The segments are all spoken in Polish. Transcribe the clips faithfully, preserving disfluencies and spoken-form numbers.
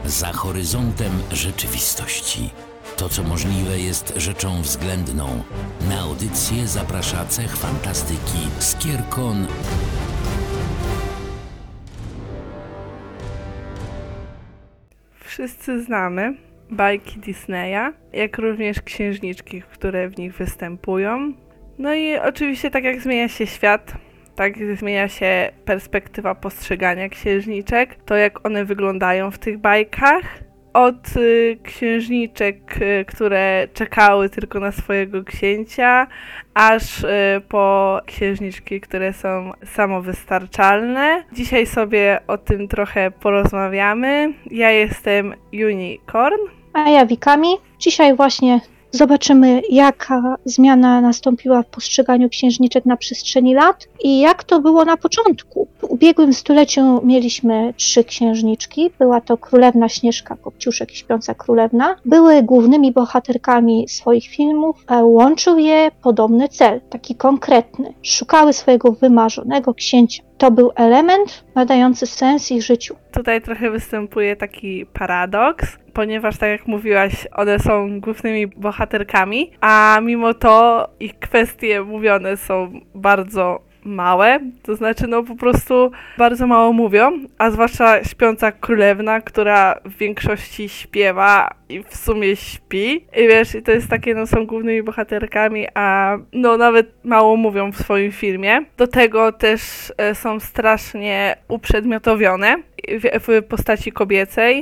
za horyzontem rzeczywistości. To, co możliwe, jest rzeczą względną. Na audycję zaprasza cech fantastyki Skierkon. Wszyscy znamy bajki Disneya, jak również księżniczki, które w nich występują. No i oczywiście tak jak zmienia się świat, tak zmienia się perspektywa postrzegania księżniczek, to jak one wyglądają w tych bajkach. Od y, księżniczek, y, które czekały tylko na swojego księcia, aż y, po księżniczki, które są samowystarczalne. Dzisiaj sobie o tym trochę porozmawiamy. Ja jestem Unicorn. A ja Wikami. Dzisiaj właśnie zobaczymy, jaka zmiana nastąpiła w postrzeganiu księżniczek na przestrzeni lat i jak to było na początku. W ubiegłym stuleciu mieliśmy trzy księżniczki. Była to królewna Śnieżka, Kopciuszek i Śpiąca Królewna. Były głównymi bohaterkami swoich filmów. Łączył je podobny cel, taki konkretny. Szukały swojego wymarzonego księcia. To był element nadający sens ich życiu. Tutaj trochę występuje taki paradoks, ponieważ tak jak mówiłaś, one są głównymi bohaterkami, a mimo to ich kwestie mówione są bardzo małe, to znaczy no po prostu bardzo mało mówią, a zwłaszcza Śpiąca Królewna, która w większości śpiewa i w sumie śpi i wiesz, i to jest takie, no są głównymi bohaterkami, a no nawet mało mówią w swoim filmie. Do tego też e, są strasznie uprzedmiotowione w, w postaci kobiecej,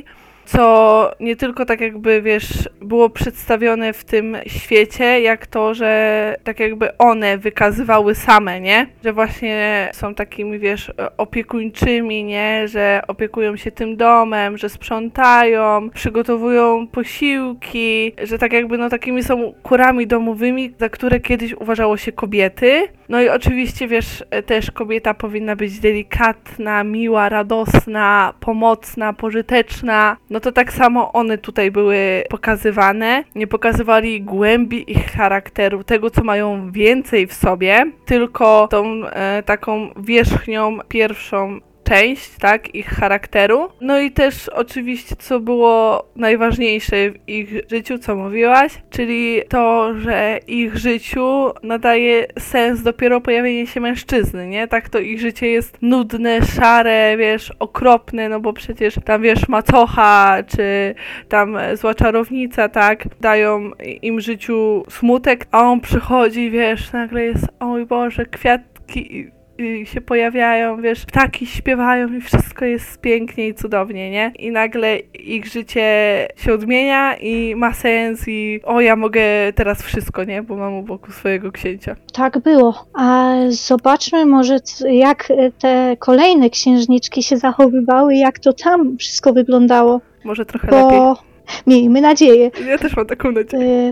co nie tylko tak jakby, wiesz, było przedstawione w tym świecie, jak to, że tak jakby one wykazywały same, nie? Że właśnie są takimi, wiesz, opiekuńczymi, nie? Że opiekują się tym domem, że sprzątają, przygotowują posiłki, że tak jakby, no takimi są kurami domowymi, za które kiedyś uważało się kobiety. No i oczywiście, wiesz, też kobieta powinna być delikatna, miła, radosna, pomocna, pożyteczna. No to tak samo one tutaj były pokazywane. Nie pokazywali głębi ich charakteru, tego co mają więcej w sobie, tylko tą e, taką wierzchnią, pierwszą część, tak, ich charakteru. No i też oczywiście, co było najważniejsze w ich życiu, co mówiłaś, czyli to, że ich życiu nadaje sens dopiero pojawienie się mężczyzny, nie? Tak to ich życie jest nudne, szare, wiesz, okropne, no bo przecież tam, wiesz, macocha, czy tam zła czarownica, tak, dają im życiu smutek, a on przychodzi, wiesz, nagle jest, oj Boże, kwiatki i się pojawiają, wiesz, ptaki śpiewają i wszystko jest pięknie i cudownie, nie? I nagle ich życie się odmienia i ma sens i o, ja mogę teraz wszystko, nie? Bo mam u boku swojego księcia. Tak było. A zobaczmy może, jak te kolejne księżniczki się zachowywały, jak to tam wszystko wyglądało. Może trochę Bo... lepiej. Miejmy nadzieję. Ja też mam taką nadzieję.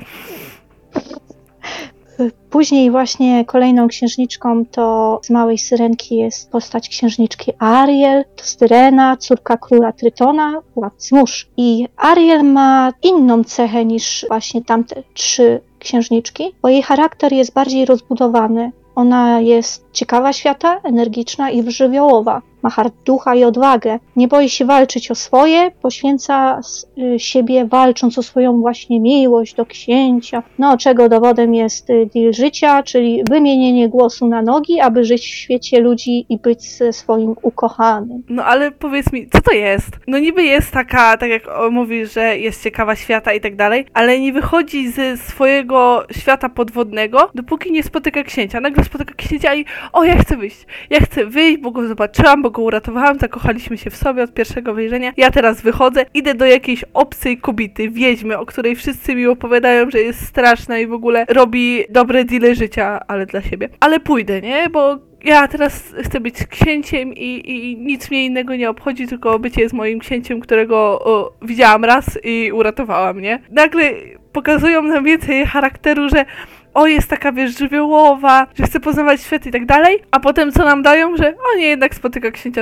Później właśnie kolejną księżniczką to z Małej Syrenki jest postać księżniczki Ariel, to Syrena, córka króla Trytona, władcy mórz. I Ariel ma inną cechę niż właśnie tamte trzy księżniczki, bo jej charakter jest bardziej rozbudowany. Ona jest ciekawa świata, energiczna i żywiołowa. Ma hart ducha i odwagę. Nie boi się walczyć o swoje, poświęca siebie walcząc o swoją właśnie miłość do księcia. No, czego dowodem jest deal życia, czyli wymienienie głosu na nogi, aby żyć w świecie ludzi i być ze swoim ukochanym. No ale powiedz mi, co to jest? No niby jest taka, tak jak mówisz, że jest ciekawa świata i tak dalej, ale nie wychodzi ze swojego świata podwodnego, dopóki nie spotyka księcia. Nagle spotyka księcia i o, ja chcę wyjść. Ja chcę wyjść, bo go zobaczyłam, bo go uratowałam, zakochaliśmy się w sobie od pierwszego wejrzenia. Ja teraz wychodzę, idę do jakiejś obcej kobiety, wiedźmy, o której wszyscy mi opowiadają, że jest straszna i w ogóle robi dobre deale życia, ale dla siebie. Ale pójdę, nie? Bo ja teraz chcę być księciem i, i nic mnie innego nie obchodzi, tylko bycie z moim księciem, którego o, widziałam raz i uratowałam, nie? Nagle pokazują nam więcej charakteru, że o, jest taka, wiesz, żywiołowa, że chce poznawać świat i tak dalej, a potem co nam dają, że o nie, jednak spotyka księcia, to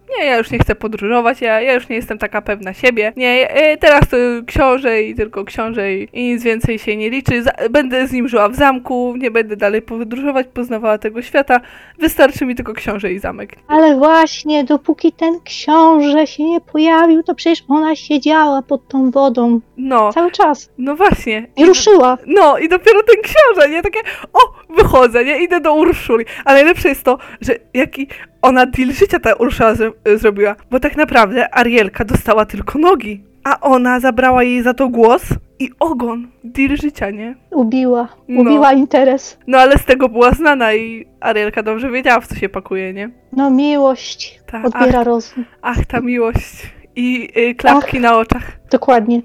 nie, ja już nie chcę podróżować, ja, ja już nie jestem taka pewna siebie, nie, e, teraz to książę i tylko książę i, i nic więcej się nie liczy, Za, będę z nim żyła w zamku, nie będę dalej podróżować, poznawała tego świata, wystarczy mi tylko książę i zamek. Ale właśnie, dopóki ten książę się nie pojawił, to przecież ona siedziała pod tą wodą No, cały czas. no właśnie. Nie ruszyła. No i dopiero ten książę, nie? Takie, o, wychodzę, nie? Idę do Urszuli. A najlepsze jest to, że jaki ona deal życia ta Urszula zro- zrobiła. Bo tak naprawdę Arielka dostała tylko nogi, a ona zabrała jej za to głos i ogon. Deal życia, nie? Ubiła. No. Ubiła interes. No ale z tego była znana i Arielka dobrze wiedziała, w co się pakuje, nie? No miłość Ta, odbiera ach, rozum. ach, ta miłość. I y, klapki Ach. na oczach. Dokładnie.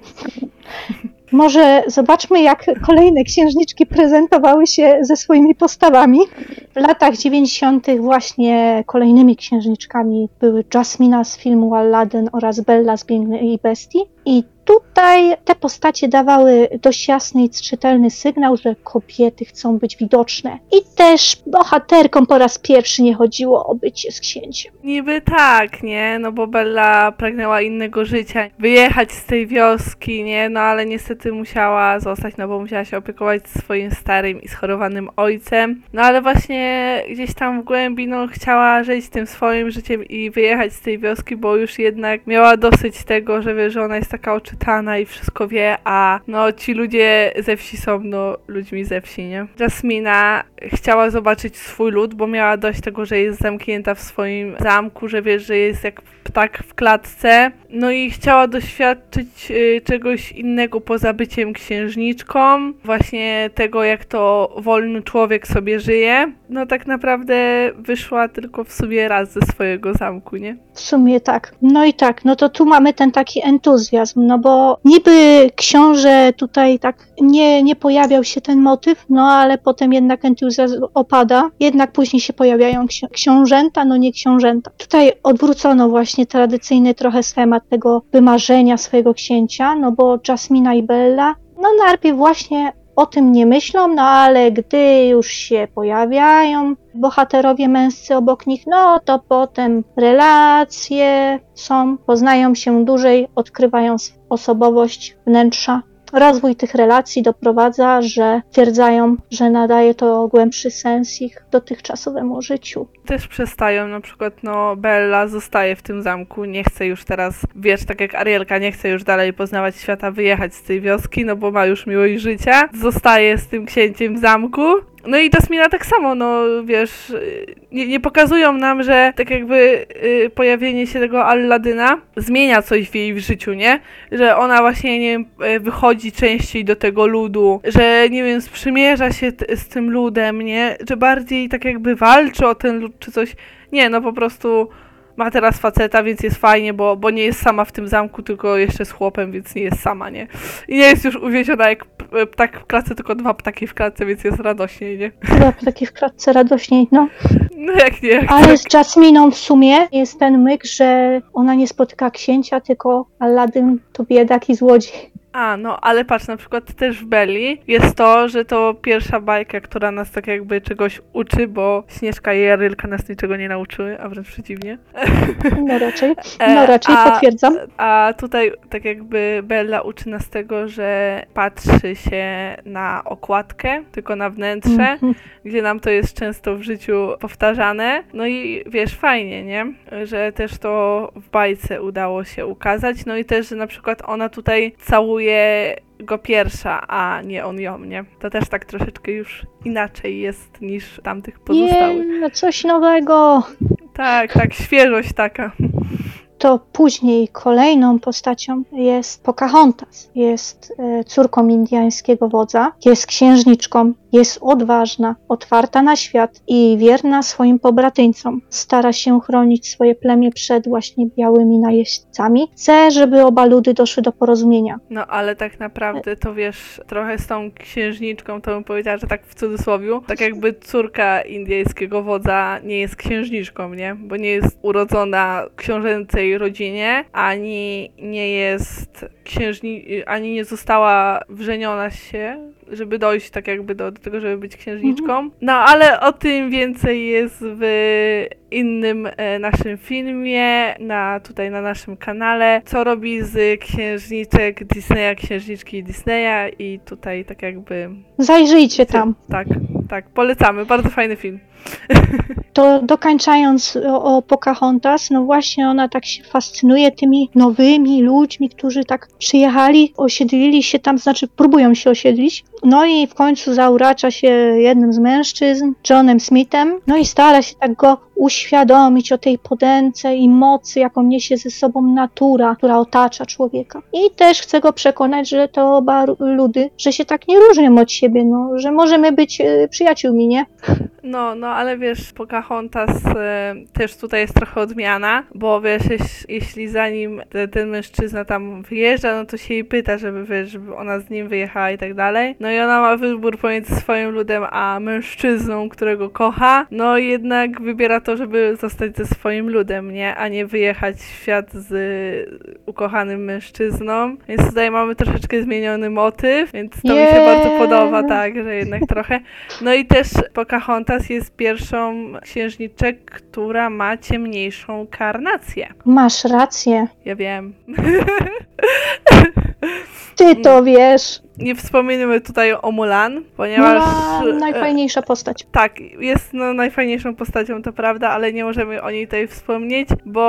Może zobaczmy, jak kolejne księżniczki prezentowały się ze swoimi postawami. W latach dziewięćdziesiątych właśnie kolejnymi księżniczkami były Jasmina z filmu Aladdin oraz Bella z Pięknej i Bestii. I tutaj te postacie dawały dość jasny i czytelny sygnał, że kobiety chcą być widoczne. I też bohaterkom po raz pierwszy nie chodziło o bycie z księciem. Niby tak, nie? No bo Bella pragnęła innego życia, wyjechać z tej wioski, nie? No ale niestety musiała zostać, no bo musiała się opiekować swoim starym i schorowanym ojcem. No ale właśnie gdzieś tam w głębi, no chciała żyć tym swoim życiem i wyjechać z tej wioski, bo już jednak miała dosyć tego, że wie, że ona jest taka oczytana i wszystko wie, a no ci ludzie ze wsi są, no ludźmi ze wsi, nie? Jasmina chciała zobaczyć swój lud, bo miała dość tego, że jest zamknięta w swoim zamku, że wie, że jest jak ptak w klatce. No i chciała doświadczyć y, czegoś innego poza byciem księżniczką. Właśnie tego, jak to wolny człowiek sobie żyje. No tak naprawdę wyszła tylko w sumie raz ze swojego zamku, nie? W sumie tak. No i tak, no to tu mamy ten taki entuzjazm, no bo niby książę tutaj tak nie, nie pojawiał się ten motyw, no ale potem jednak entuzjazm opada, jednak później się pojawiają ksi- książęta, no nie książęta. Tutaj odwrócono właśnie tradycyjny trochę schemat tego wymarzenia swojego księcia, no bo Jasmina i Bella, no najpierw właśnie o tym nie myślą, no ale gdy już się pojawiają bohaterowie męscy obok nich, no to potem relacje są, poznają się dłużej, odkrywają osobowość wnętrza. Rozwój tych relacji doprowadza, że twierdzają, że nadaje to głębszy sens ich dotychczasowemu życiu. Też przestają, na przykład no Bella zostaje w tym zamku, nie chce już teraz, wiesz, tak jak Arielka, nie chce już dalej poznawać świata, wyjechać z tej wioski, no bo ma już miłość życia, zostaje z tym księciem w zamku. No i Jasmina tak samo, no wiesz, nie, nie pokazują nam, że tak jakby y, pojawienie się tego Aladyna zmienia coś w jej w życiu, nie? Że ona właśnie, nie wiem, wychodzi częściej do tego ludu, że, nie wiem, sprzymierza się t- z tym ludem, nie? Że bardziej tak jakby walczy o ten lud czy coś. Nie, no po prostu ma teraz faceta, więc jest fajnie, bo, bo nie jest sama w tym zamku, tylko jeszcze z chłopem, więc nie jest sama, nie? I nie jest już uwięziona jak ptak w klatce, tylko dwa ptaki w klatce, więc jest radośniej, nie? Chyba taki w kratce radośniej, no. No jak nie, jak Ale tak. z Jasminą w sumie jest ten myk, że ona nie spotyka księcia, tylko Aladdin to biedak i złodziej. A, no, ale patrz, na przykład też w Belli jest to, że to pierwsza bajka, która nas tak jakby czegoś uczy, bo Śnieżka i Arielka nas niczego nie nauczyły, a wręcz przeciwnie. No raczej, no raczej a, potwierdzam. A tutaj tak jakby Bella uczy nas tego, że patrzy się na okładkę, tylko na wnętrze, Mhm. gdzie nam to jest często w życiu powtarzane. No i wiesz, fajnie, nie? Że też to w bajce udało się ukazać. No i też, że na przykład ona tutaj całuje go pierwsza, a nie on ją, nie? To też tak troszeczkę już inaczej jest niż tamtych pozostałych. Nie, no coś nowego. Tak, tak, świeżość taka. To później kolejną postacią jest Pocahontas. Jest e, córką indyjskiego wodza, jest księżniczką, jest odważna, otwarta na świat i wierna swoim pobratyńcom. Stara się chronić swoje plemię przed właśnie białymi najeźdźcami. Chce, żeby oba ludy doszły do porozumienia. No ale tak naprawdę to wiesz, trochę z tą księżniczką, to bym powiedziała, że tak w cudzysłowiu, tak jakby córka indyjskiego wodza nie jest księżniczką, nie? Bo nie jest urodzona w książęcej rodzinie, ani nie jest księżni... ani nie została wrzeniona się, żeby dojść tak jakby do, do tego, żeby być księżniczką. No ale o tym więcej jest w innym e, naszym filmie, na, tutaj na naszym kanale, co robi z księżniczek Disneya, księżniczki Disneya i tutaj tak jakby... Zajrzyjcie tam. Tak, tak, polecamy, bardzo fajny film. To dokończając o, o Pocahontas, no właśnie ona tak się fascynuje tymi nowymi ludźmi, którzy tak przyjechali, osiedlili się tam, znaczy próbują się osiedlić, no i w końcu zauracza się jednym z mężczyzn, Johnem Smithem, no i stara się tak go uświadomić o tej potędze i mocy, jaką niesie ze sobą natura, która otacza człowieka. I też chce go przekonać, że te oba ludy, że się tak nie różnią od siebie, no, że możemy być y, przyjaciółmi, nie? No, no, ale wiesz, Pocahontas e, też tutaj jest trochę odmiana, bo wiesz, jeś, jeśli zanim te, ten mężczyzna tam wyjeżdża, no to się jej pyta, żeby wiesz, żeby ona z nim wyjechała i tak dalej. No i ona ma wybór pomiędzy swoim ludem a mężczyzną, którego kocha, no i jednak wybiera to, żeby zostać ze swoim ludem, nie? A nie wyjechać w świat z ukochanym mężczyzną. Więc tutaj mamy troszeczkę zmieniony motyw, więc to yeah. mi się bardzo podoba, tak, że jednak trochę. No i też Pocahontas jest pierwszą księżniczek, która ma ciemniejszą karnację. Masz rację. Ja wiem. Ty to wiesz. Nie wspominamy tutaj o Mulan, ponieważ... Mulan, najfajniejsza postać. Tak, jest no, najfajniejszą postacią, to prawda, ale nie możemy o niej tutaj wspomnieć,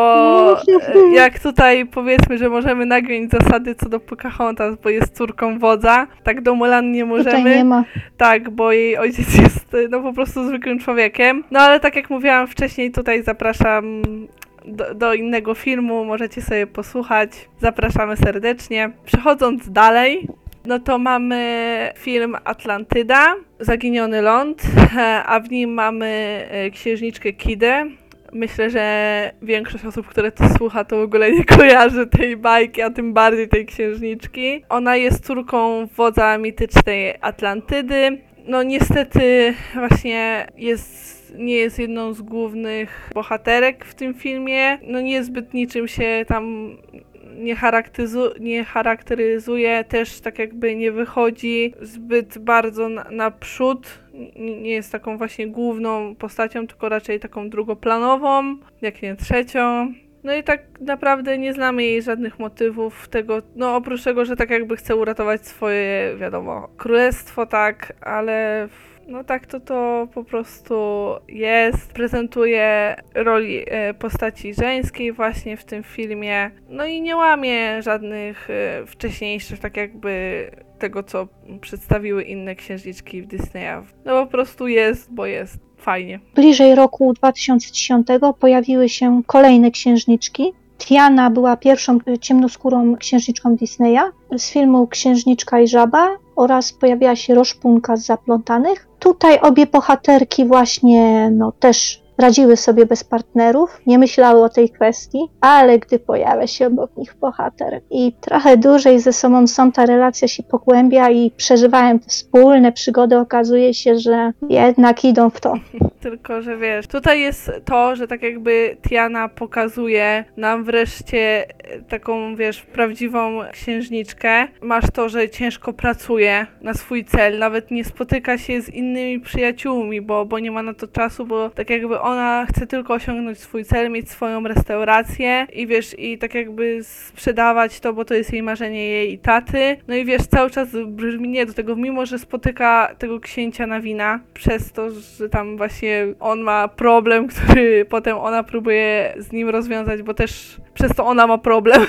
bo jak tutaj powiedzmy, że możemy nagiąć zasady co do Pocahontas, bo jest córką wodza, tak do Mulan nie możemy. Tutaj nie ma. Tak, bo jej ojciec jest no po prostu zwykłym człowiekiem. No ale tak jak mówiłam wcześniej, tutaj zapraszam... Do, do innego filmu, możecie sobie posłuchać. Zapraszamy serdecznie. Przechodząc dalej, no to mamy film Atlantyda, Zaginiony ląd, a w nim mamy księżniczkę Kidę. Myślę, że większość osób, które to słucha, to w ogóle nie kojarzy tej bajki, a tym bardziej tej księżniczki. Ona jest córką wodza mitycznej Atlantydy. No niestety właśnie jest nie jest jedną z głównych bohaterek w tym filmie. No niezbyt niczym się tam nie, charakteryzu- nie charakteryzuje, też tak jakby nie wychodzi zbyt bardzo na- naprzód. Nie jest taką właśnie główną postacią, tylko raczej taką drugoplanową, jak nie trzecią. No i tak naprawdę nie znamy jej żadnych motywów tego, no oprócz tego, że tak jakby chce uratować swoje, wiadomo, królestwo, tak, ale no tak to to po prostu jest. Prezentuje roli e, postaci żeńskiej właśnie w tym filmie, no i nie łamie żadnych e, wcześniejszych, tak jakby tego, co przedstawiły inne księżniczki w Disneya. No po prostu jest, bo jest. Fajnie. Bliżej roku dwa tysiące dziesiątego pojawiły się kolejne księżniczki. Tiana była pierwszą ciemnoskórą księżniczką Disneya z filmu Księżniczka i Żaba oraz pojawiła się Roszpunka z Zaplątanych. Tutaj obie bohaterki właśnie no, też radziły sobie bez partnerów, nie myślały o tej kwestii, ale gdy pojawia się obok nich bohater i trochę dłużej ze sobą są, ta relacja się pogłębia i przeżywają te wspólne przygody, okazuje się, że jednak idą w to. Tylko, że wiesz, tutaj jest to, że tak jakby Tiana pokazuje nam wreszcie taką, wiesz, prawdziwą księżniczkę. Masz to, że ciężko pracuje na swój cel, nawet nie spotyka się z innymi przyjaciółmi, bo, bo nie ma na to czasu, bo tak jakby ona chce tylko osiągnąć swój cel, mieć swoją restaurację i wiesz, i tak jakby sprzedawać to, bo to jest jej marzenie, jej i taty. No i wiesz, cały czas brzmi do tego, mimo że spotyka tego księcia Nawina, przez to, że tam właśnie on ma problem, który potem ona próbuje z nim rozwiązać, bo też przez to ona ma problem,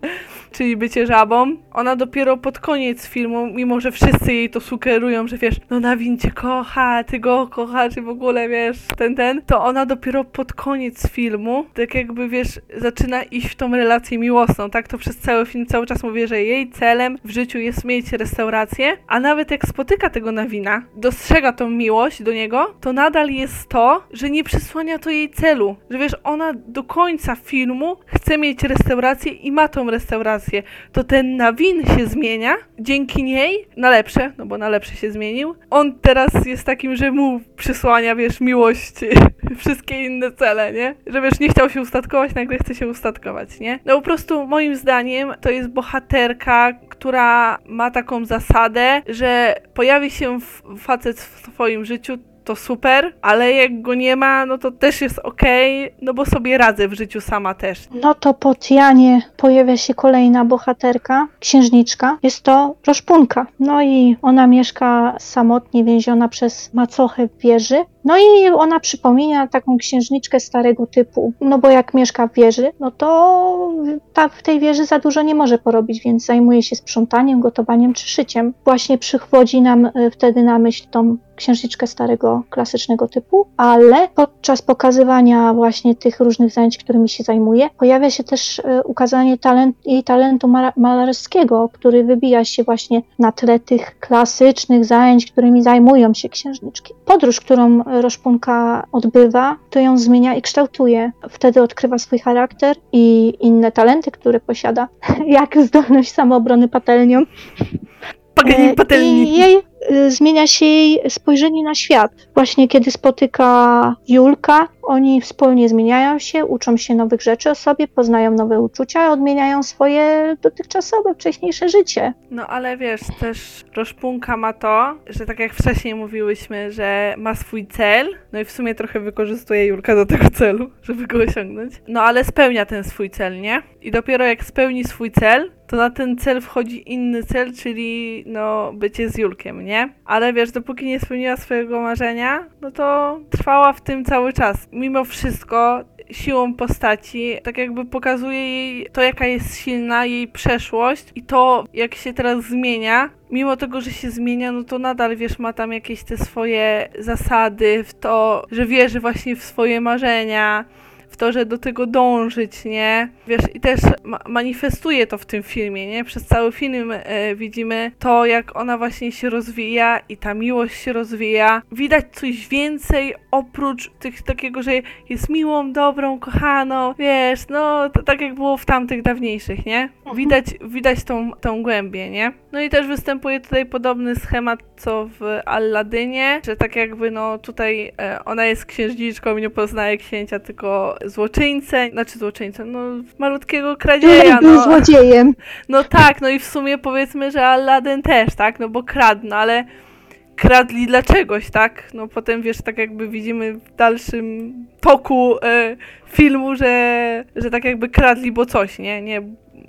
czyli bycie żabą. Ona dopiero pod koniec filmu, mimo że wszyscy jej to sugerują, że wiesz, no Nawin cię kocha, ty go kochasz i w ogóle wiesz, ten, ten, to ona dopiero pod koniec filmu, tak jakby wiesz, zaczyna iść w tą relację miłosną, tak? To przez cały film cały czas mówię, że jej celem w życiu jest mieć restaurację, a nawet jak spotyka tego Nawina, dostrzega tą miłość do niego, to nadal jest to, że nie przysłania to jej celu, że wiesz, ona do końca filmu chce mieć restaurację i ma tą restaurację. To ten Nawin się zmienia, dzięki niej na lepsze, no bo na lepsze się zmienił. On teraz jest takim, że mu przysłania, wiesz, miłość, wszystkie inne cele, nie? Że wiesz, nie chciał się ustatkować, nagle chce się ustatkować, nie? No po prostu moim zdaniem to jest bohaterka, która ma taką zasadę, że pojawi się facet w twoim życiu, to super, ale jak go nie ma, no to też jest okej, okay, no bo sobie radzę w życiu sama też. No to po Tianie pojawia się kolejna bohaterka, księżniczka. Jest to Roszpunka. No i ona mieszka samotnie więziona przez macochę w wieży. No i ona przypomina taką księżniczkę starego typu, no bo jak mieszka w wieży, no to ta w tej wieży za dużo nie może porobić, więc zajmuje się sprzątaniem, gotowaniem czy szyciem. Właśnie przychodzi nam wtedy na myśl tą księżniczkę starego, klasycznego typu, ale podczas pokazywania właśnie tych różnych zajęć, którymi się zajmuje, pojawia się też ukazanie talent, jej talentu malarskiego, który wybija się właśnie na tle tych klasycznych zajęć, którymi zajmują się księżniczki. Podróż, którą Roszpunka odbywa, to ją zmienia i kształtuje. Wtedy odkrywa swój charakter i inne talenty, które posiada, jak zdolność samoobrony patelnią. Paganin patelni. I jej y, zmienia się jej spojrzenie na świat. Właśnie kiedy spotyka Julka, oni wspólnie zmieniają się, uczą się nowych rzeczy o sobie, poznają nowe uczucia, odmieniają swoje dotychczasowe, wcześniejsze życie. No ale wiesz, też Roszpunka ma to, że tak jak wcześniej mówiłyśmy, że ma swój cel, no i w sumie trochę wykorzystuje Julka do tego celu, żeby go osiągnąć. No ale spełnia ten swój cel, nie? I dopiero jak spełni swój cel, to na ten cel wchodzi inny cel, czyli no bycie z Julkiem, nie? Ale wiesz, dopóki nie spełniła swojego marzenia, no to trwała w tym cały czas. Mimo wszystko siłą postaci, tak jakby pokazuje jej to, jaka jest silna, jej przeszłość i to, jak się teraz zmienia. Mimo tego, że się zmienia, no to nadal, wiesz, ma tam jakieś te swoje zasady w to, że wierzy właśnie w swoje marzenia, w to, że do tego dążyć, nie? Wiesz, i też ma- manifestuje to w tym filmie, nie? Przez cały film e, widzimy to, jak ona właśnie się rozwija i ta miłość się rozwija. Widać coś więcej oprócz tych takiego, że jest miłą, dobrą, kochaną, wiesz, no to, tak jak było w tamtych dawniejszych, nie? Widać, widać tą, tą głębię, nie? No i też występuje tutaj podobny schemat, co w Alladynie, że tak jakby, no tutaj e, ona jest księżniczką i nie poznaje księcia, tylko złoczyńcę, znaczy złoczyńcę, no malutkiego kradzieja, był no. złodziejem. No tak, no i w sumie powiedzmy, że Aladdin też, tak, no bo kradł, no ale kradli dla czegoś, tak, no potem wiesz, tak jakby widzimy w dalszym toku e, filmu, że, że tak jakby kradli, bo coś, nie, nie,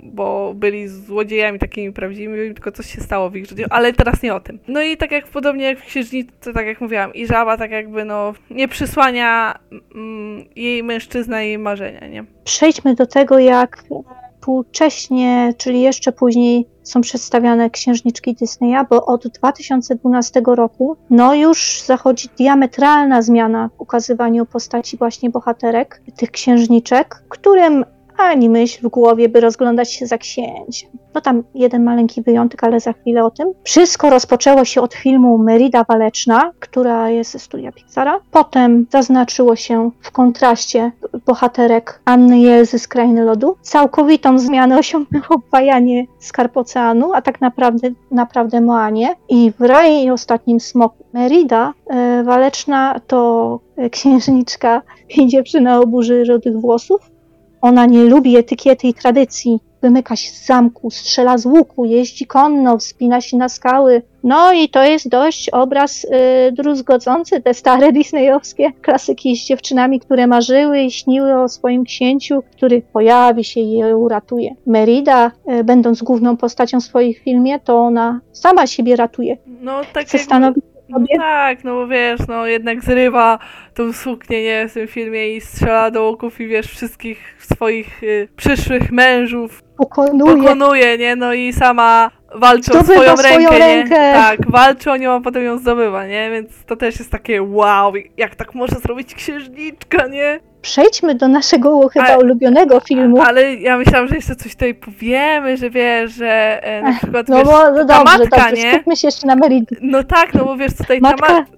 bo byli złodziejami takimi prawdziwymi, tylko coś się stało w ich życiu, ale teraz nie o tym. No i tak jak podobnie jak w Księżniczce, tak jak mówiłam, i żaba tak jakby no nie przysłania mm, jej mężczyzna jej marzenia, nie? Przejdźmy do tego, jak współcześnie, czyli jeszcze później są przedstawiane księżniczki Disneya, bo od dwa tysiące dwunastego roku no już zachodzi diametralna zmiana w ukazywaniu postaci właśnie bohaterek, tych księżniczek, którym ani myśl w głowie, by rozglądać się za księciem. No tam jeden maleńki wyjątek, ale za chwilę o tym. Wszystko rozpoczęło się od filmu Merida Waleczna, która jest ze studia Pixara. Potem zaznaczyło się w kontraście bohaterek Anny i Elzy z Krainy Lodu. Całkowitą zmianę osiągnęło Bajanie Skarb Oceanu, a tak naprawdę, naprawdę Moanie. I w Raju i Ostatnim Smoku. Merida e, Waleczna to księżniczka i dziewczyna o burzy rudych włosów. Ona nie lubi etykiety i tradycji, wymyka się z zamku, strzela z łuku, jeździ konno, wspina się na skały. No i to jest dość obraz y, druzgocący te stare disneyowskie klasyki z dziewczynami, które marzyły i śniły o swoim księciu, który pojawi się i je uratuje. Merida, y, będąc główną postacią w swoim filmie, to ona sama siebie ratuje. No tak Chce jakby... stanowić No tak, no bo wiesz, no jednak zrywa tą suknię, nie, w tym filmie i strzela do łuków i wiesz, wszystkich swoich y, przyszłych mężów pokonuje. pokonuje, nie, no i sama walczy Zdobywa o swoją, swoją rękę, rękę. Nie? Tak, walczy o nią, a potem ją zdobywa, nie, więc to też jest takie wow, jak tak może zrobić księżniczka, nie? Przejdźmy do naszego chyba Ale- ulubionego filmu. Ale ja myślałam, że jeszcze coś tutaj powiemy, że wiesz, że e, na przykład No wiesz, bo no ta dobrze, matka, dobrze, nie? skupmy się jeszcze na Meridzie. No tak, no bo wiesz, tutaj Matka- ta, ma-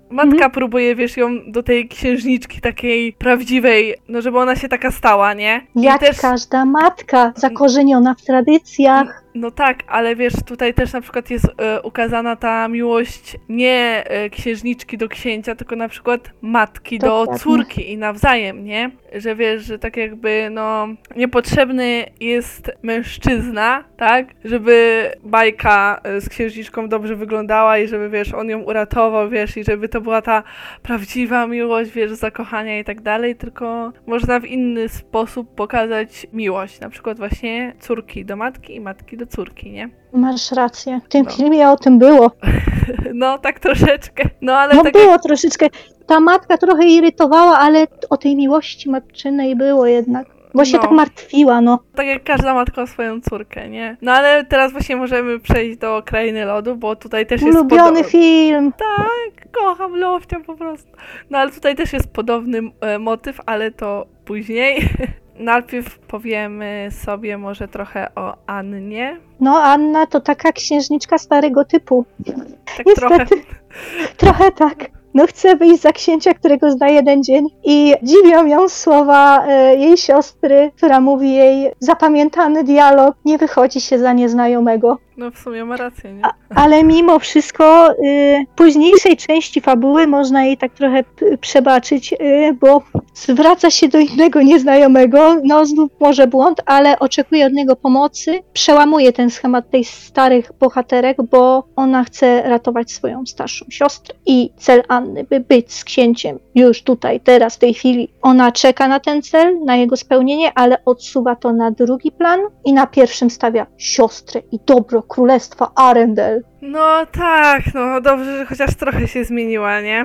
matka Mhm. próbuje, wiesz, ją do tej księżniczki takiej prawdziwej, no żeby ona się taka stała, nie? I Jak też, każda matka, zakorzeniona w tradycjach. no tak, ale wiesz, tutaj też na przykład jest e, ukazana ta miłość nie e, księżniczki do księcia, tylko na przykład matki do Dokładnie. córki i nawzajem, nie? Że wiesz, że tak jakby, no, niepotrzebny jest mężczyzna, tak? Żeby bajka e, z księżniczką dobrze wyglądała i żeby, wiesz, on ją uratował, wiesz, i żeby to była ta prawdziwa miłość, wiesz, zakochania i tak dalej, tylko można w inny sposób pokazać miłość, na przykład właśnie córki do matki i matki do córki, nie? Masz rację. W tym No. filmie o tym było. No, tak troszeczkę. No, ale No tak było jak, troszeczkę. Ta matka trochę irytowała, ale o tej miłości matczynej było jednak. Bo się No. tak martwiła, no. tak jak każda matka o swoją córkę, nie? No, ale teraz właśnie możemy przejść do Krainy Lodu, bo tutaj też jest Ulubiony podo- film. Tak, kocham Lofcia po prostu. No, ale tutaj też jest podobny e, motyw, ale to później. Najpierw powiemy sobie może trochę o Annie. No, Anna to taka księżniczka starego typu. Tak Niestety. trochę. Trochę tak. No chce wyjść za księcia, którego zna jeden dzień i dziwią ją słowa e, jej siostry, która mówi jej zapamiętany dialog, nie wychodzi się za nieznajomego. No, w sumie ma rację, nie? A, ale mimo wszystko y, późniejszej części fabuły można jej tak trochę p- przebaczyć, y, bo zwraca się do innego nieznajomego, no znów może błąd, ale oczekuje od niego pomocy, przełamuje ten schemat tej starych bohaterek, bo ona chce ratować swoją starszą siostrę i cel Anny, by być z księciem już tutaj, teraz, w tej chwili. Ona czeka na ten cel, na jego spełnienie, ale odsuwa to na drugi plan i na pierwszym stawia siostrę i dobro królestwa Arendelle. No tak, no dobrze, że chociaż trochę się zmieniła, nie?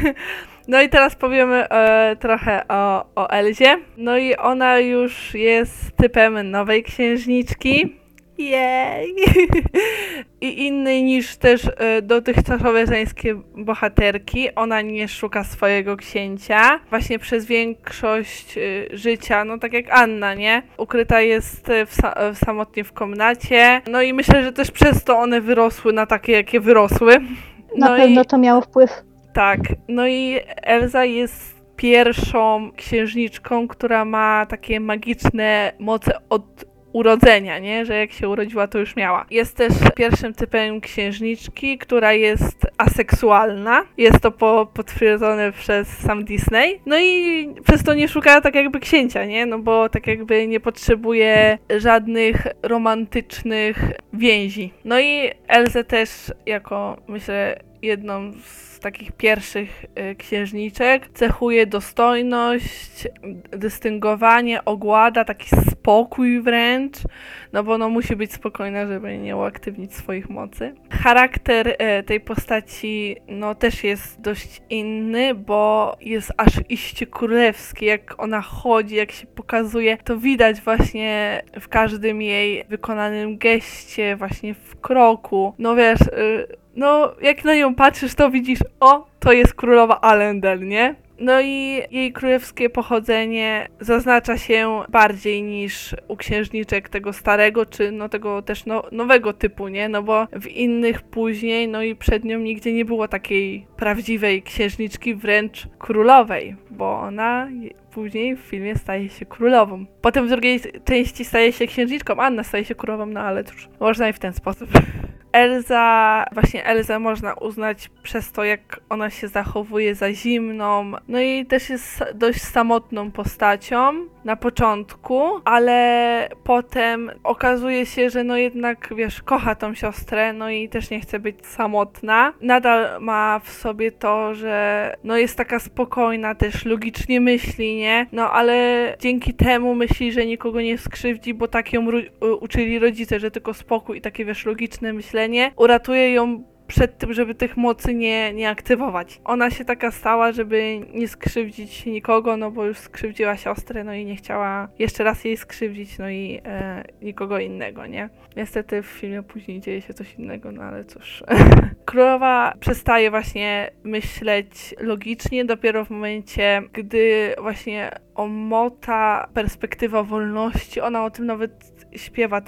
No i teraz powiemy e, trochę o, o Elzie. No i ona już jest typem nowej księżniczki. Jej! I innej niż też e, dotychczasowe żeńskie bohaterki. Ona nie szuka swojego księcia. Właśnie przez większość e, życia, no tak jak Anna, nie? Ukryta jest e, w, sa- w samotnie w komnacie. No i myślę, że też przez to one wyrosły na takie, jakie wyrosły. Na No pewno i to miało wpływ. tak, no i Elza jest pierwszą księżniczką, która ma takie magiczne moce od urodzenia, nie? Że jak się urodziła, to już miała. Jest też pierwszym typem księżniczki, która jest aseksualna. Jest to po, potwierdzone przez sam Disney. No i przez to nie szuka tak jakby księcia, nie? No bo tak jakby nie potrzebuje żadnych romantycznych więzi. No i Elzę też jako, myślę, jedną z takich pierwszych y, księżniczek cechuje dostojność, dystyngowanie, ogłada, taki spokój wręcz, no bo no musi być spokojna, żeby nie uaktywnić swoich mocy. Charakter y, tej postaci no też jest dość inny, bo jest aż iście królewski, jak ona chodzi, jak się pokazuje, to widać właśnie w każdym jej wykonanym geście, właśnie w kroku. No wiesz, y, no, jak na nią patrzysz, to widzisz, o, to jest królowa Arendelle, nie? No i jej królewskie pochodzenie zaznacza się bardziej niż u księżniczek tego starego, czy no tego też no, nowego typu, nie? No bo w innych później, no i przed nią nigdzie nie było takiej prawdziwej księżniczki, wręcz królowej, bo ona później w filmie staje się królową. Potem w drugiej części staje się księżniczką, Anna staje się królową, no ale cóż, można i w ten sposób. Elza, właśnie Elzę można uznać przez to, jak ona się zachowuje za zimną, no i też jest dość samotną postacią na początku, ale potem okazuje się, że no jednak, wiesz, kocha tą siostrę, no i też nie chce być samotna. Nadal ma w sobie to, że no jest taka spokojna, też logicznie myśli, nie? No ale dzięki temu myśli, że nikogo nie skrzywdzi, bo tak ją ru- uczyli rodzice, że tylko spokój i takie, wiesz, logiczne myślenie uratuje ją przed tym, żeby tych mocy nie, nie aktywować. Ona się taka stała, żeby nie skrzywdzić nikogo, no bo już skrzywdziła siostrę, no i nie chciała jeszcze raz jej skrzywdzić, no i e, nikogo innego, nie? Niestety w filmie później dzieje się coś innego, no ale cóż. Królowa przestaje właśnie myśleć logicznie dopiero w momencie, gdy właśnie omota perspektywa wolności, ona o tym nawet śpiewa tam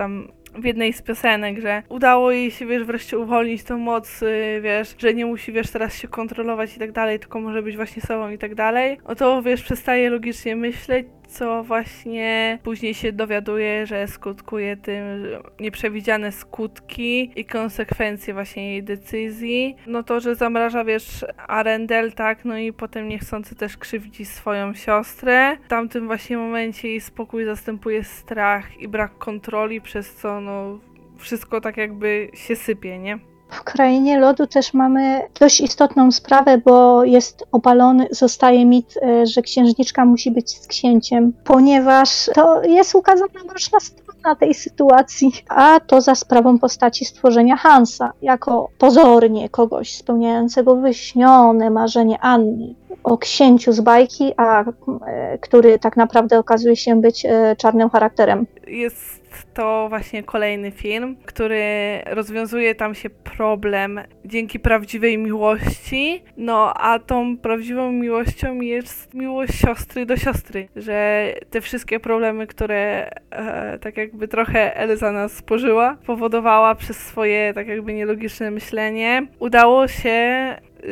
w jednej z piosenek, że udało jej się, wiesz, wreszcie uwolnić tą moc, wiesz, że nie musi, wiesz, teraz się kontrolować i tak dalej, tylko może być właśnie sobą i tak dalej, no to, wiesz, przestaje logicznie myśleć, co właśnie później się dowiaduje, że skutkuje tym nieprzewidziane skutki i konsekwencje właśnie jej decyzji. No to, że zamraża, wiesz, Arendelle, tak, no i potem niechcący też krzywdzi swoją siostrę. W tamtym właśnie momencie jej spokój zastępuje strach i brak kontroli, przez co, no, wszystko tak jakby się sypie, nie? W Krainie Lodu też mamy dość istotną sprawę, bo jest obalony, zostaje mit, że księżniczka musi być z księciem, ponieważ to jest ukazana mroczna strona tej sytuacji, a to za sprawą postaci stworzenia Hansa, jako pozornie kogoś spełniającego wyśnione marzenie Anny o księciu z bajki, a który tak naprawdę okazuje się być czarnym charakterem. Jest to właśnie kolejny film, który rozwiązuje tam się problem dzięki prawdziwej miłości, no a tą prawdziwą miłością jest miłość siostry do siostry, że te wszystkie problemy, które e, tak jakby trochę Elza nas spożyła, powodowała przez swoje tak jakby nielogiczne myślenie, udało się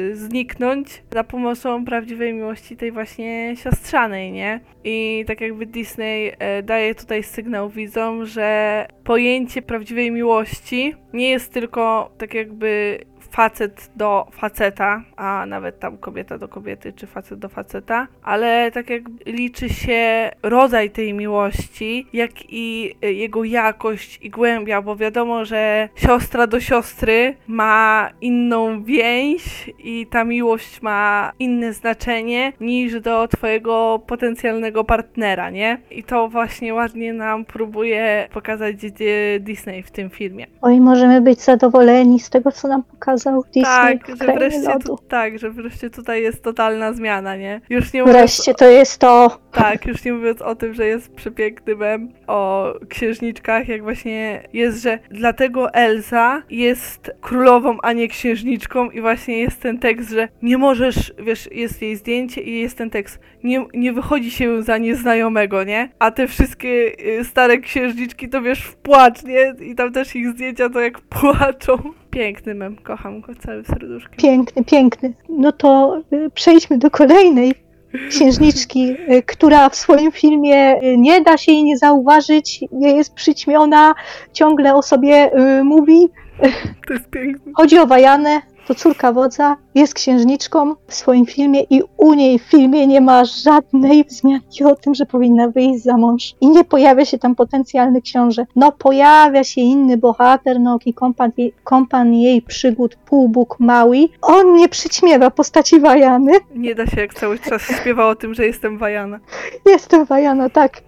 zniknąć za pomocą prawdziwej miłości tej właśnie siostrzanej, nie? I tak jakby Disney e, daje tutaj sygnał widzom, że pojęcie prawdziwej miłości nie jest tylko tak jakby facet do faceta, a nawet tam kobieta do kobiety, czy facet do faceta, ale tak jak liczy się rodzaj tej miłości, jak i jego jakość i głębia, bo wiadomo, że siostra do siostry ma inną więź i ta miłość ma inne znaczenie niż do twojego potencjalnego partnera, nie? I to właśnie ładnie nam próbuje pokazać Disney w tym filmie. Oj, możemy być zadowoleni z tego, co nam pokazał Disney. Tak, w że wreszcie, Lodu. tu, tak, że wreszcie tutaj jest totalna zmiana, nie? Już nie Wreszcie to jest to. Tak, już nie mówiąc o tym, że jest przepiękny mem o księżniczkach, jak właśnie jest, że dlatego Elza jest królową, a nie księżniczką i właśnie jest ten tekst, że nie możesz, wiesz, jest jej zdjęcie i jest ten tekst, nie, nie wychodzi się za nieznajomego, nie? A te wszystkie stare księżniczki to, wiesz, w płacz, nie? I tam też ich zdjęcia to jak płaczą. Piękny mem, kocham go całym serduszkiem. Piękny, piękny. No to y, przejdźmy do kolejnej księżniczki, y, która w swoim filmie y, nie da się jej nie zauważyć, nie jest przyćmiona, ciągle o sobie y, mówi. To jest piękne. Chodzi o Wajanę, to córka wodza, jest księżniczką w swoim filmie i u niej w filmie nie ma żadnej wzmianki o tym, że powinna wyjść za mąż. I nie pojawia się tam potencjalny książę. No pojawia się inny bohater, no i kompan jej, kompan jej przygód, półbóg Maui. On nie przyćmiewa postaci Wajany. Nie da się, jak cały czas śpiewa o tym, że jestem Wajana. Jestem Wajana, tak.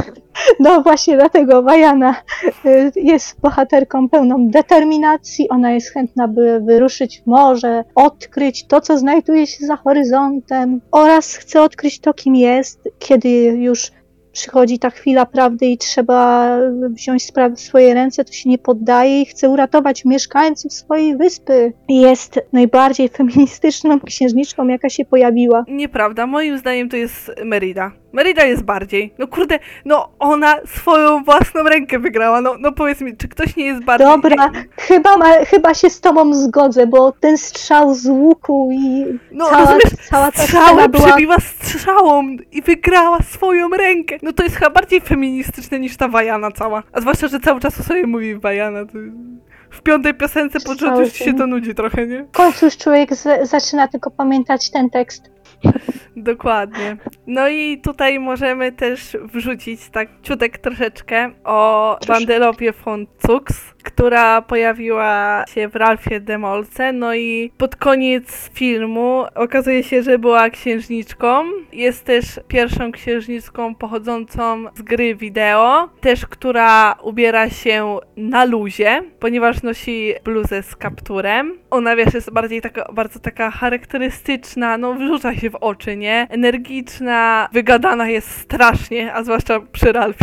No właśnie dlatego Wajana jest bohaterką pełną determinacji, ona jest chętna, by wyruszyć w morze, odkryć to, co znajduje się za horyzontem oraz chce odkryć to, kim jest, kiedy już przychodzi ta chwila prawdy i trzeba wziąć sprawy w swoje ręce, to się nie poddaje i chce uratować mieszkańców swojej wyspy. Jest najbardziej feministyczną księżniczką, jaka się pojawiła. Nieprawda, moim zdaniem to jest Merida. Merida jest bardziej. No kurde, no ona swoją własną rękę wygrała. No, no powiedz mi, czy ktoś nie jest bardziej... Dobra, chyba, ma, chyba się z tobą zgodzę, bo ten strzał z łuku i no, cała, rozumiesz, cała ta strzałę scena była... przebiła strzałą i wygrała swoją rękę. No to jest chyba bardziej feministyczne niż ta Wajana cała. A zwłaszcza, że cały czas o sobie mówi Wajana. To... W piątej piosence pod rząd już ci się to nudzi trochę, nie? W końcu już człowiek z- zaczyna tylko pamiętać ten tekst. Dokładnie. No i tutaj możemy też wrzucić tak ciutek troszeczkę o Vandelopie von Zux, która pojawiła się w Ralphie Demolce, no i pod koniec filmu okazuje się, że była księżniczką. Jest też pierwszą księżniczką pochodzącą z gry wideo, też która ubiera się na luzie, ponieważ nosi bluzę z kapturem. Ona, wiesz, jest bardziej taka, bardzo taka charakterystyczna, no wrzuca się w oczy, nie? Energiczna, wygadana jest strasznie, a zwłaszcza przy Ralphie.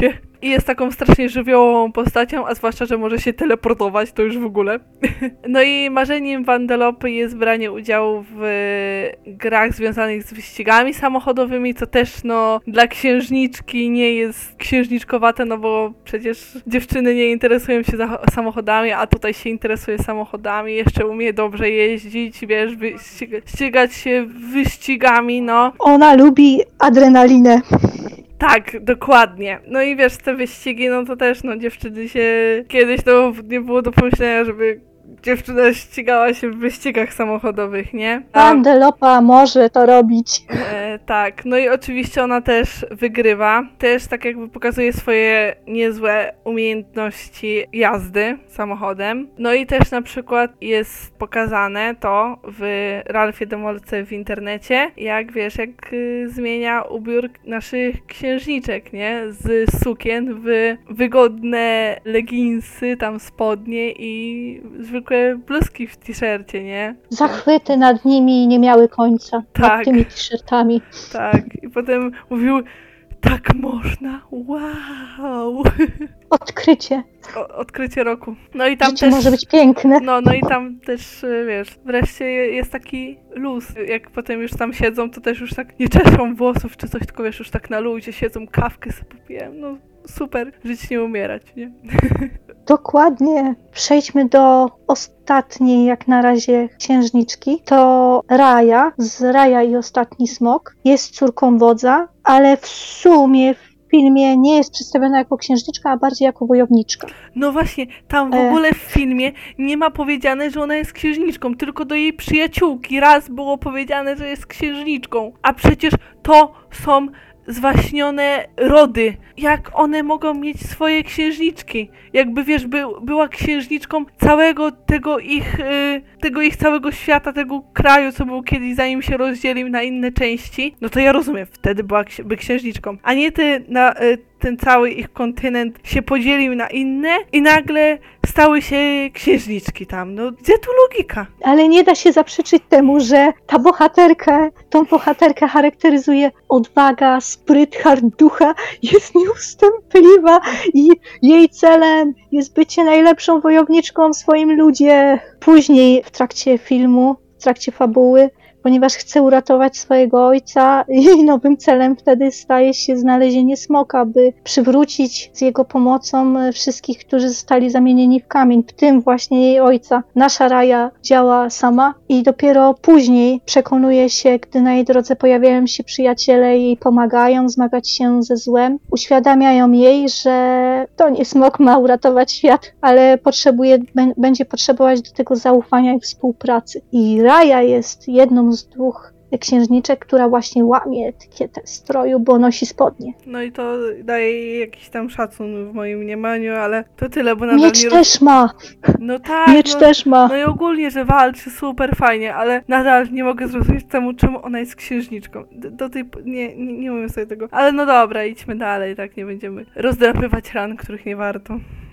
i jest taką strasznie żywiołową postacią, a zwłaszcza, że może się teleportować, to już w ogóle. No i marzeniem Vandelopy jest branie udziału w grach związanych z wyścigami samochodowymi, co też no dla księżniczki nie jest księżniczkowate, no bo przecież dziewczyny nie interesują się za- samochodami, a tutaj się interesuje samochodami, jeszcze umie dobrze jeździć, wiesz, wyścig- ścigać się wyścigami, no. Ona lubi adrenalinę. Tak, dokładnie. No i wiesz, te wyścigi, no to też, no dziewczyny się... Kiedyś to nie było do pomyślenia, żeby dziewczyna ścigała się w wyścigach samochodowych, nie? A, Vandelopa może to robić. e, tak, no i oczywiście ona też wygrywa. Też tak jakby pokazuje swoje niezłe umiejętności jazdy samochodem. No i też na przykład jest pokazane to w Ralphie Demolce w internecie, jak wiesz, jak y, zmienia ubiór naszych księżniczek, nie? Z sukien w wygodne leginsy, tam spodnie i zwykłe bluzki w t-shircie, nie? Zachwyty nad nimi nie miały końca. Tak. Nad tymi t-shirtami. Tak. I potem mówił, tak można, wow. Odkrycie. O, odkrycie roku. No i tam Życie też... może być piękne. No, no i tam też, y, wiesz, wreszcie jest taki luz. Jak potem już tam siedzą, to też już tak nie czeszą włosów czy coś, tylko wiesz, już tak na luzie siedzą, kawkę sobie popiją. No super, żyć nie umierać, nie? Dokładnie. Przejdźmy do ostatniej, jak na razie, księżniczki. To Raja, z Raja i Ostatni Smok. Jest córką wodza, ale w sumie w filmie nie jest przedstawiona jako księżniczka, a bardziej jako wojowniczka. No właśnie, tam w E. ogóle w filmie nie ma powiedziane, że ona jest księżniczką, tylko do jej przyjaciółki raz było powiedziane, że jest księżniczką. A przecież to są zwaśnione rody. Jak one mogą mieć swoje księżniczki? Jakby wiesz, by, była księżniczką całego tego ich, y, tego ich całego świata, tego kraju, co był kiedyś, zanim się rozdzielił na inne części, no to ja rozumiem, wtedy była ksi- by księżniczką. A nie ty na... Y, ten cały ich kontynent się podzielił na inne i nagle stały się księżniczki tam. No, gdzie tu logika? Ale nie da się zaprzeczyć temu, że ta bohaterka, tą bohaterkę charakteryzuje odwaga, spryt, harducha, jest nieustępliwa i jej celem jest bycie najlepszą wojowniczką w swoim ludzie. Później w trakcie filmu, w trakcie fabuły, ponieważ chce uratować swojego ojca, jej nowym celem wtedy staje się znalezienie smoka, by przywrócić z jego pomocą wszystkich, którzy zostali zamienieni w kamień, w tym właśnie jej ojca. Nasza Raja działa sama i dopiero później przekonuje się, gdy na jej drodze pojawiają się przyjaciele i jej pomagają zmagać się ze złem, uświadamiają jej, że to nie smok ma uratować świat, ale potrzebuje, b- będzie potrzebować do tego zaufania i współpracy. I Raja jest jedną z dwóch księżniczek, która właśnie łamie etykietę stroju, bo nosi spodnie. No i to daje jej jakiś tam szacun w moim mniemaniu, ale to tyle, bo nadal Miecz nie... też ma! No tak, Miecz no, też ma! no i ogólnie, że walczy super fajnie, ale nadal nie mogę zrozumieć temu, czemu ona jest księżniczką. Do, do tej... Nie, nie, nie umiem sobie tego... Ale no dobra, idźmy dalej, tak nie będziemy rozdrapywać ran, których nie warto.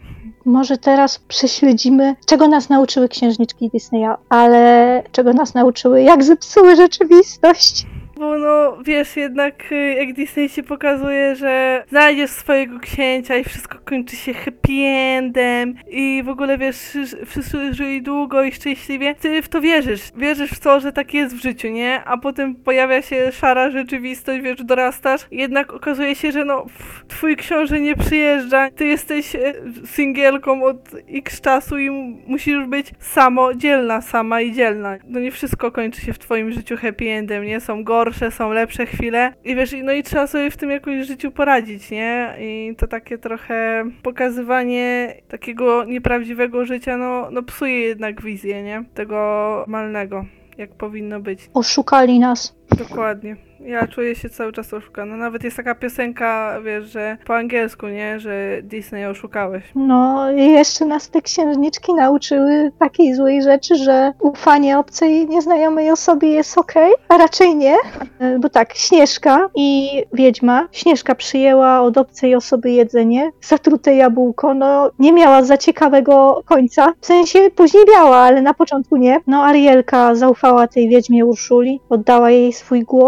Może teraz prześledzimy, czego nas nauczyły księżniczki Disneya, ale czego nas nauczyły, jak zepsuły rzeczywistość. Bo no, wiesz, jednak y, jak Disney ci pokazuje, że znajdziesz swojego księcia i wszystko kończy się happy endem i w ogóle wiesz, wszyscy żyli długo i szczęśliwie, ty w to wierzysz. Wierzysz w to, że tak jest w życiu, nie? A potem pojawia się szara rzeczywistość, wiesz, dorastasz. Jednak okazuje się, że no, pff, twój książę nie przyjeżdża, ty jesteś e, singielką od x czasu i m- musisz być samodzielna, sama i dzielna. No nie wszystko kończy się w twoim życiu happy endem, nie? Są gorsze, są lepsze chwile i wiesz, no i trzeba sobie w tym jakoś życiu poradzić, nie? I to takie trochę pokazywanie takiego nieprawdziwego życia, no, no psuje jednak wizję, nie? Tego normalnego, jak powinno być. Oszukali nas. Dokładnie. Ja czuję się cały czas oszukana. Nawet jest taka piosenka, wiesz, że po angielsku, nie? Że Disney oszukałeś. No i jeszcze nas te księżniczki nauczyły takiej złej rzeczy, że ufanie obcej, nieznajomej osobie jest okej, a raczej nie. E, Bo tak, Śnieżka i Wiedźma. Śnieżka przyjęła od obcej osoby jedzenie, zatrute jabłko, no nie miała za ciekawego końca. W sensie później miała, ale na początku nie. No Arielka zaufała tej Wiedźmie Urszuli, oddała jej swój głos w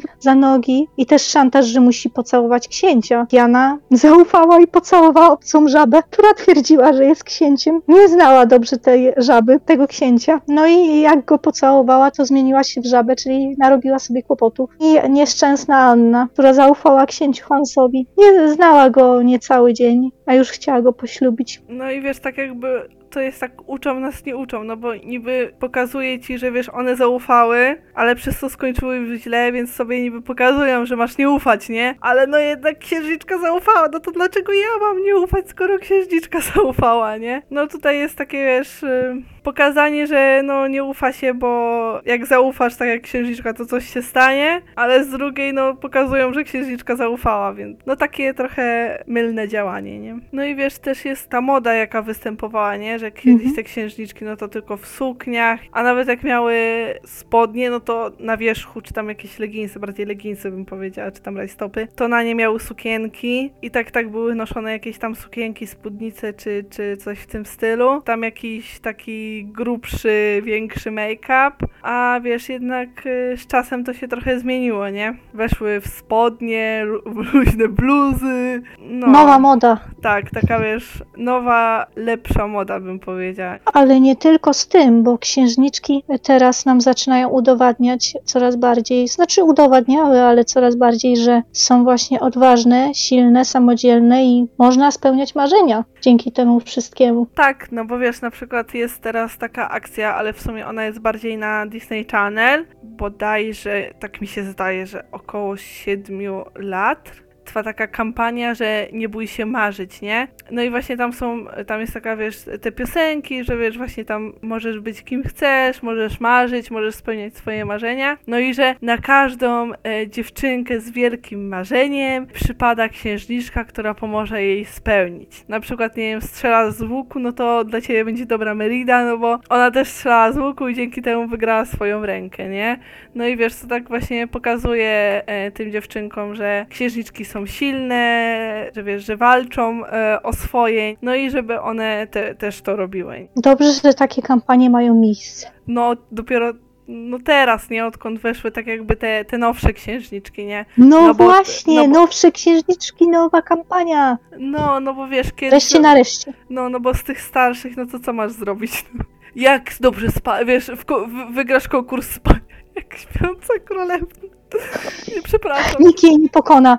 za nogi i też szantaż, że musi pocałować księcia. Diana zaufała i pocałowała obcą żabę, która twierdziła, że jest księciem. Nie znała dobrze tej żaby, tego księcia. No i jak go pocałowała, to zmieniła się w żabę, czyli narobiła sobie kłopotów. I nieszczęsna Anna, która zaufała księciu Hansowi, nie znała go niecały dzień, a już chciała go poślubić. No i wiesz, tak jakby to jest tak, uczą nas, nie uczą, no bo niby pokazuje ci, że wiesz, one zaufały, ale przez to skończyły źle, więc sobie niby pokazują, że masz nie ufać, nie? Ale no jednak księżniczka zaufała, no to dlaczego ja mam nie ufać, skoro księżniczka zaufała, nie? No tutaj jest takie, wiesz, pokazanie, że no nie ufa się, bo jak zaufasz tak jak księżniczka, to coś się stanie, ale z drugiej no pokazują, że księżniczka zaufała, więc no takie trochę mylne działanie, nie? No i wiesz, też jest ta moda, jaka występowała, nie? Że kiedyś Mhm. te księżniczki, no to tylko w sukniach, a nawet jak miały spodnie, no to na wierzchu, czy tam jakieś leginsy, bardziej leginsy bym powiedziała, czy tam rajstopy, to na nie miały sukienki i tak tak były noszone jakieś tam sukienki, spódnice, czy, czy coś w tym stylu. Tam jakiś taki grubszy, większy make-up, a wiesz, jednak y, z czasem to się trochę zmieniło, nie? Weszły w spodnie, lu- luźne bluzy, no. Nowa moda. Tak, taka wiesz, nowa, lepsza moda bym powiedziała. Ale nie tylko z tym, bo księżniczki teraz nam zaczynają udowadniać coraz bardziej, znaczy udowadniały, ale coraz bardziej, że są właśnie odważne, silne, samodzielne i można spełniać marzenia dzięki temu wszystkiemu. Tak, no bo wiesz, na przykład jest teraz taka akcja, ale w sumie ona jest bardziej na Disney Channel, bodajże, tak mi się zdaje, że około siedmiu lat trwa taka kampania, że nie bój się marzyć, nie? No i właśnie tam są, tam jest taka, wiesz, te piosenki, że wiesz, właśnie tam możesz być kim chcesz, możesz marzyć, możesz spełniać swoje marzenia. No i że na każdą e, dziewczynkę z wielkim marzeniem przypada księżniczka, która pomoże jej spełnić. Na przykład, nie wiem, strzela z łuku, no to dla ciebie będzie dobra Merida, no bo ona też strzela z łuku i dzięki temu wygrała swoją rękę, nie? No i wiesz, to tak właśnie pokazuje e, tym dziewczynkom, że księżniczki są silne, że wiesz, że walczą e, o swoje, no i żeby one te, też to robiły. Dobrze, że takie kampanie mają miejsce. No dopiero, no teraz, nie? Odkąd weszły tak jakby te, te nowsze księżniczki, nie? No, No bo- właśnie, no bo- nowsze księżniczki, nowa kampania. No, no bo wiesz, kiedyś... Wreszcie nareszcie. No, no bo z tych starszych, no to co masz zrobić? Jak dobrze spać, wiesz, w ko- w- wygrasz konkurs spania, jak śpiąca królewna. Nie, przepraszam. Nikt jej nie pokona.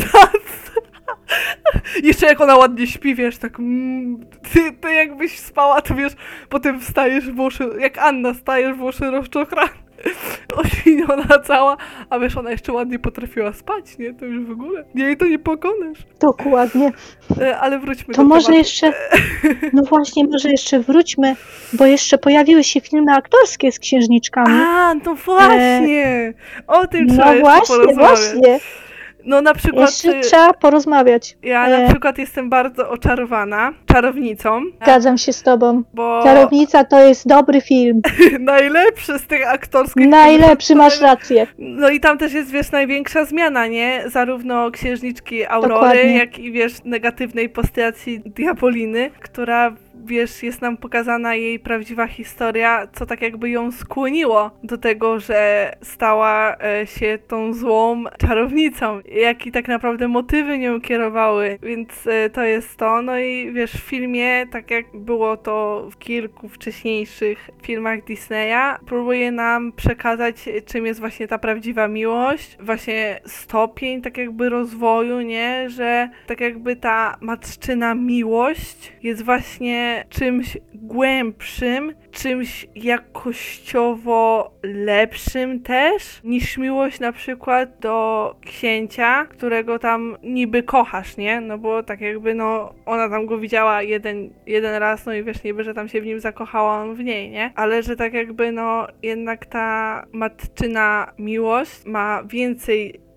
Jeszcze jak ona ładnie śpi, wiesz, tak mm, ty, ty jakbyś spała, to wiesz, potem wstajesz, włosy, jak Anna, stajesz, włosy rozczochrane, oświniona cała, a wiesz, ona jeszcze ładnie potrafiła spać, nie? To już w ogóle, nie, jej to nie pokonasz. Dokładnie. E, Ale wróćmy To do może tematu. jeszcze, no właśnie, może jeszcze wróćmy, bo jeszcze pojawiły się filmy aktorskie z księżniczkami. A, no właśnie! O tym trzeba No jeszcze właśnie, porozmawiać. właśnie. No na przykład... Jeszcze y, trzeba porozmawiać. Ja E. na przykład jestem bardzo oczarowana czarownicą, Zgadzam się z tobą. bo Czarownica to jest dobry film. najlepszy z tych aktorskich... Najlepszy, filmów, masz rację. No i tam też jest, wiesz, największa zmiana, nie? Zarówno księżniczki Aurory, Dokładnie. jak i, wiesz, negatywnej postaci Diaboliny, która, wiesz, jest nam pokazana jej prawdziwa historia, co tak jakby ją skłoniło do tego, że stała e, się tą złą czarownicą. Jakie tak naprawdę motywy nią kierowały, więc e, to jest to. No i wiesz, w filmie, tak jak było to w kilku wcześniejszych filmach Disneya, próbuje nam przekazać, czym jest właśnie ta prawdziwa miłość, właśnie stopień tak jakby rozwoju, nie? Że tak jakby ta matczyna miłość jest właśnie czymś głębszym, czymś jakościowo lepszym też, niż miłość na przykład do księcia, którego tam niby kochasz, nie? No bo tak jakby, no, ona tam go widziała jeden, jeden raz, no i wiesz, niby, że tam się w nim zakochała, on w niej, nie? Ale że tak jakby, no, jednak ta matczyna miłość ma więcej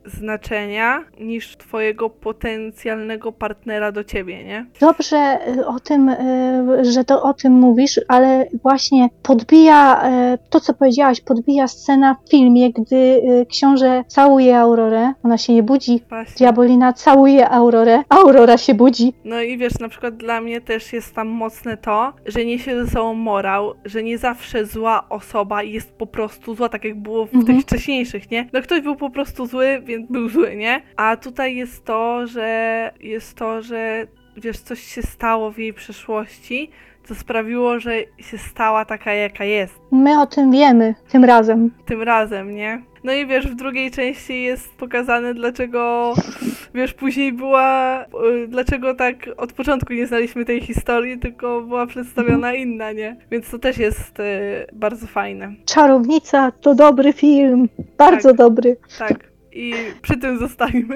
znaczenia niż twojego potencjalnego partnera do ciebie, nie? Dobrze y, o tym, y, że to o tym mówisz, ale właśnie podbija y, to, co powiedziałaś, podbija scena w filmie, gdy y, książę całuje Aurorę. Ona się nie budzi. Właśnie. Diabolina całuje Aurorę. Aurora się budzi. No i wiesz, na przykład dla mnie też jest tam mocne to, że niesie ze sobą morał, że nie zawsze zła osoba jest po prostu zła, tak jak było w Mhm. tych wcześniejszych, nie? No ktoś był po prostu zły, więc był zły, nie? A tutaj jest to, że jest to, że wiesz, coś się stało w jej przeszłości, co sprawiło, że się stała taka, jaka jest My o tym wiemy tym razem. tym razem, nie? No i wiesz, w drugiej części jest pokazane, dlaczego, wiesz, później była, y, dlaczego tak od początku nie znaliśmy tej historii, tylko była przedstawiona inna, nie? Więc to też jest y, bardzo fajne. Czarownica to dobry film. Bardzo Tak. dobry. Tak. I przy tym zostańmy.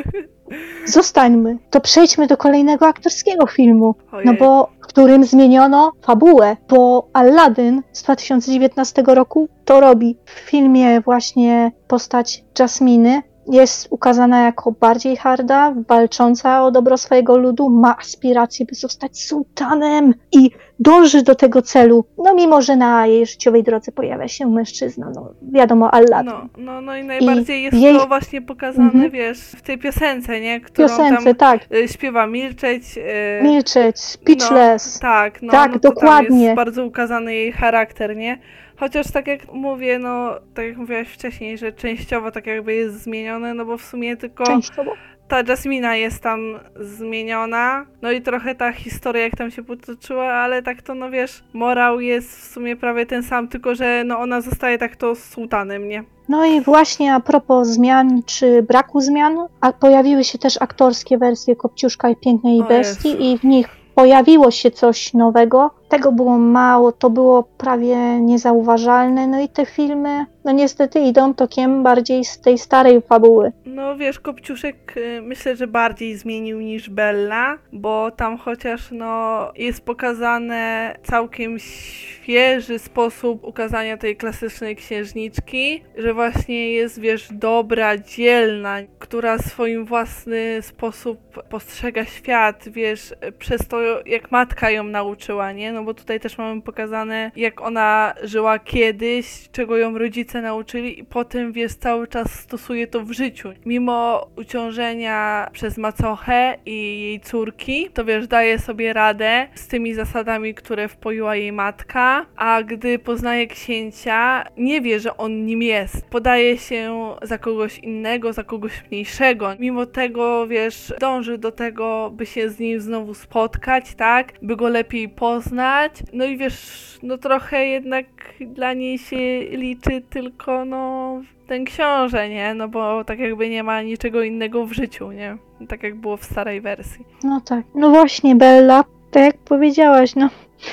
Zostańmy. To przejdźmy do kolejnego aktorskiego filmu. Ojej. No bo w którym zmieniono fabułę, bo Aladdin z dwa tysiące dziewiętnastego roku to robi. W filmie właśnie postać Jasminy jest ukazana jako bardziej harda, walcząca o dobro swojego ludu, ma aspiracje, by zostać sułtanem i dąży do tego celu. No mimo, że na jej życiowej drodze pojawia się mężczyzna, no wiadomo, Aladdin. No, no, no i najbardziej I jest jej- to właśnie pokazane, Mhm. wiesz, w tej piosence, nie? W Którą piosence, tam tak. y, śpiewa Milczeć. Y, Milczeć, speechless. No, tak, no, Tak, no to tam dokładnie. jest bardzo ukazany jej charakter, nie? Chociaż tak jak mówię, no, tak jak mówiłaś wcześniej, że częściowo tak jakby jest zmienione, no bo w sumie tylko Częściowo. ta Jasmina jest tam zmieniona, no i trochę ta historia jak tam się potoczyła, ale tak to, no wiesz, morał jest w sumie prawie ten sam, tylko że no ona zostaje tak to sułtanem, nie? No i właśnie a propos zmian czy braku zmian, a pojawiły się też aktorskie wersje Kopciuszka i Pięknej O Bestii Jezu. i w nich pojawiło się coś nowego. Tego było mało, to było prawie niezauważalne. No i te filmy, no niestety idą tokiem bardziej z tej starej fabuły. No wiesz, Kopciuszek y, myślę, że bardziej zmienił niż Bella, bo tam chociaż no jest pokazane całkiem świeży sposób ukazania tej klasycznej księżniczki, że właśnie jest, wiesz, dobra, dzielna, która w swoim własny sposób postrzega świat, wiesz, przez to jak matka ją nauczyła, nie? No bo tutaj też mamy pokazane, jak ona żyła kiedyś, czego ją rodzice nauczyli i potem, wiesz, cały czas stosuje to w życiu. Mimo uciążenia przez macochę i jej córki, to wiesz, daje sobie radę z tymi zasadami, które wpoiła jej matka, a gdy poznaje księcia, nie wie, że on nim jest. Podaje się za kogoś innego, za kogoś mniejszego. Mimo tego, wiesz, dąży do tego, by się z nim znowu spotkać, tak? By go lepiej poznać. No i wiesz, no trochę jednak dla niej się liczy tylko, no, ten książę, nie? No bo tak jakby nie ma niczego innego w życiu, nie? Tak jak było w starej wersji. No tak. No właśnie, Bella, tak jak powiedziałaś, no.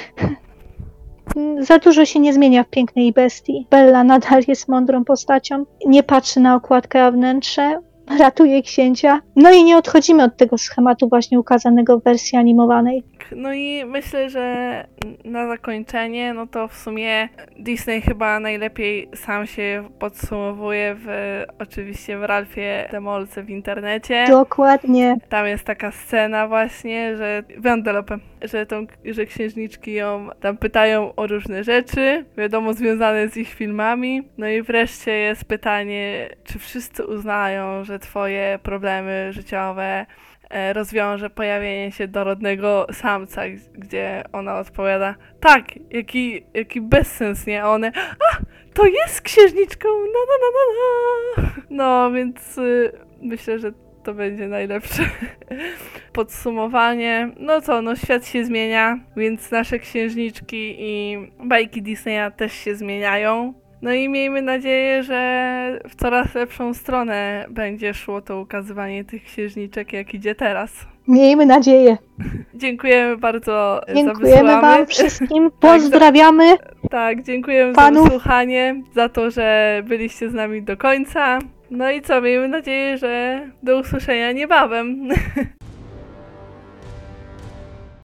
Za dużo się nie zmienia w Pięknej Bestii. Bella nadal jest mądrą postacią, nie patrzy na okładkę, a wnętrze, ratuje księcia. No i nie odchodzimy od tego schematu właśnie ukazanego w wersji animowanej. No i myślę, że na zakończenie, no to w sumie Disney chyba najlepiej sam się podsumowuje w, oczywiście w Ralfie Demolce w internecie. Dokładnie. Tam jest taka scena właśnie, że Vandellope, że, tą, że księżniczki ją tam pytają o różne rzeczy, wiadomo, związane z ich filmami. No i wreszcie jest pytanie, czy wszyscy uznają, że twoje problemy życiowe e, rozwiąże pojawienie się dorodnego samca, gdzie ona odpowiada, tak, jaki, jaki bezsens, nie? A one, a, to jest księżniczką, no, no, no, no, no. No, więc y, myślę, że to będzie najlepsze podsumowanie. No co, no świat się zmienia, więc nasze księżniczki i bajki Disneya też się zmieniają. No i miejmy nadzieję, że w coraz lepszą stronę będzie szło to ukazywanie tych księżniczek, jak idzie teraz. Miejmy nadzieję. Dziękujemy bardzo za Dziękujemy wysłuchanie. Wam wszystkim. Pozdrawiamy. Tak, dziękujemy Panów. za wysłuchanie, za to, że byliście z nami do końca. No i co, miejmy nadzieję, że do usłyszenia niebawem.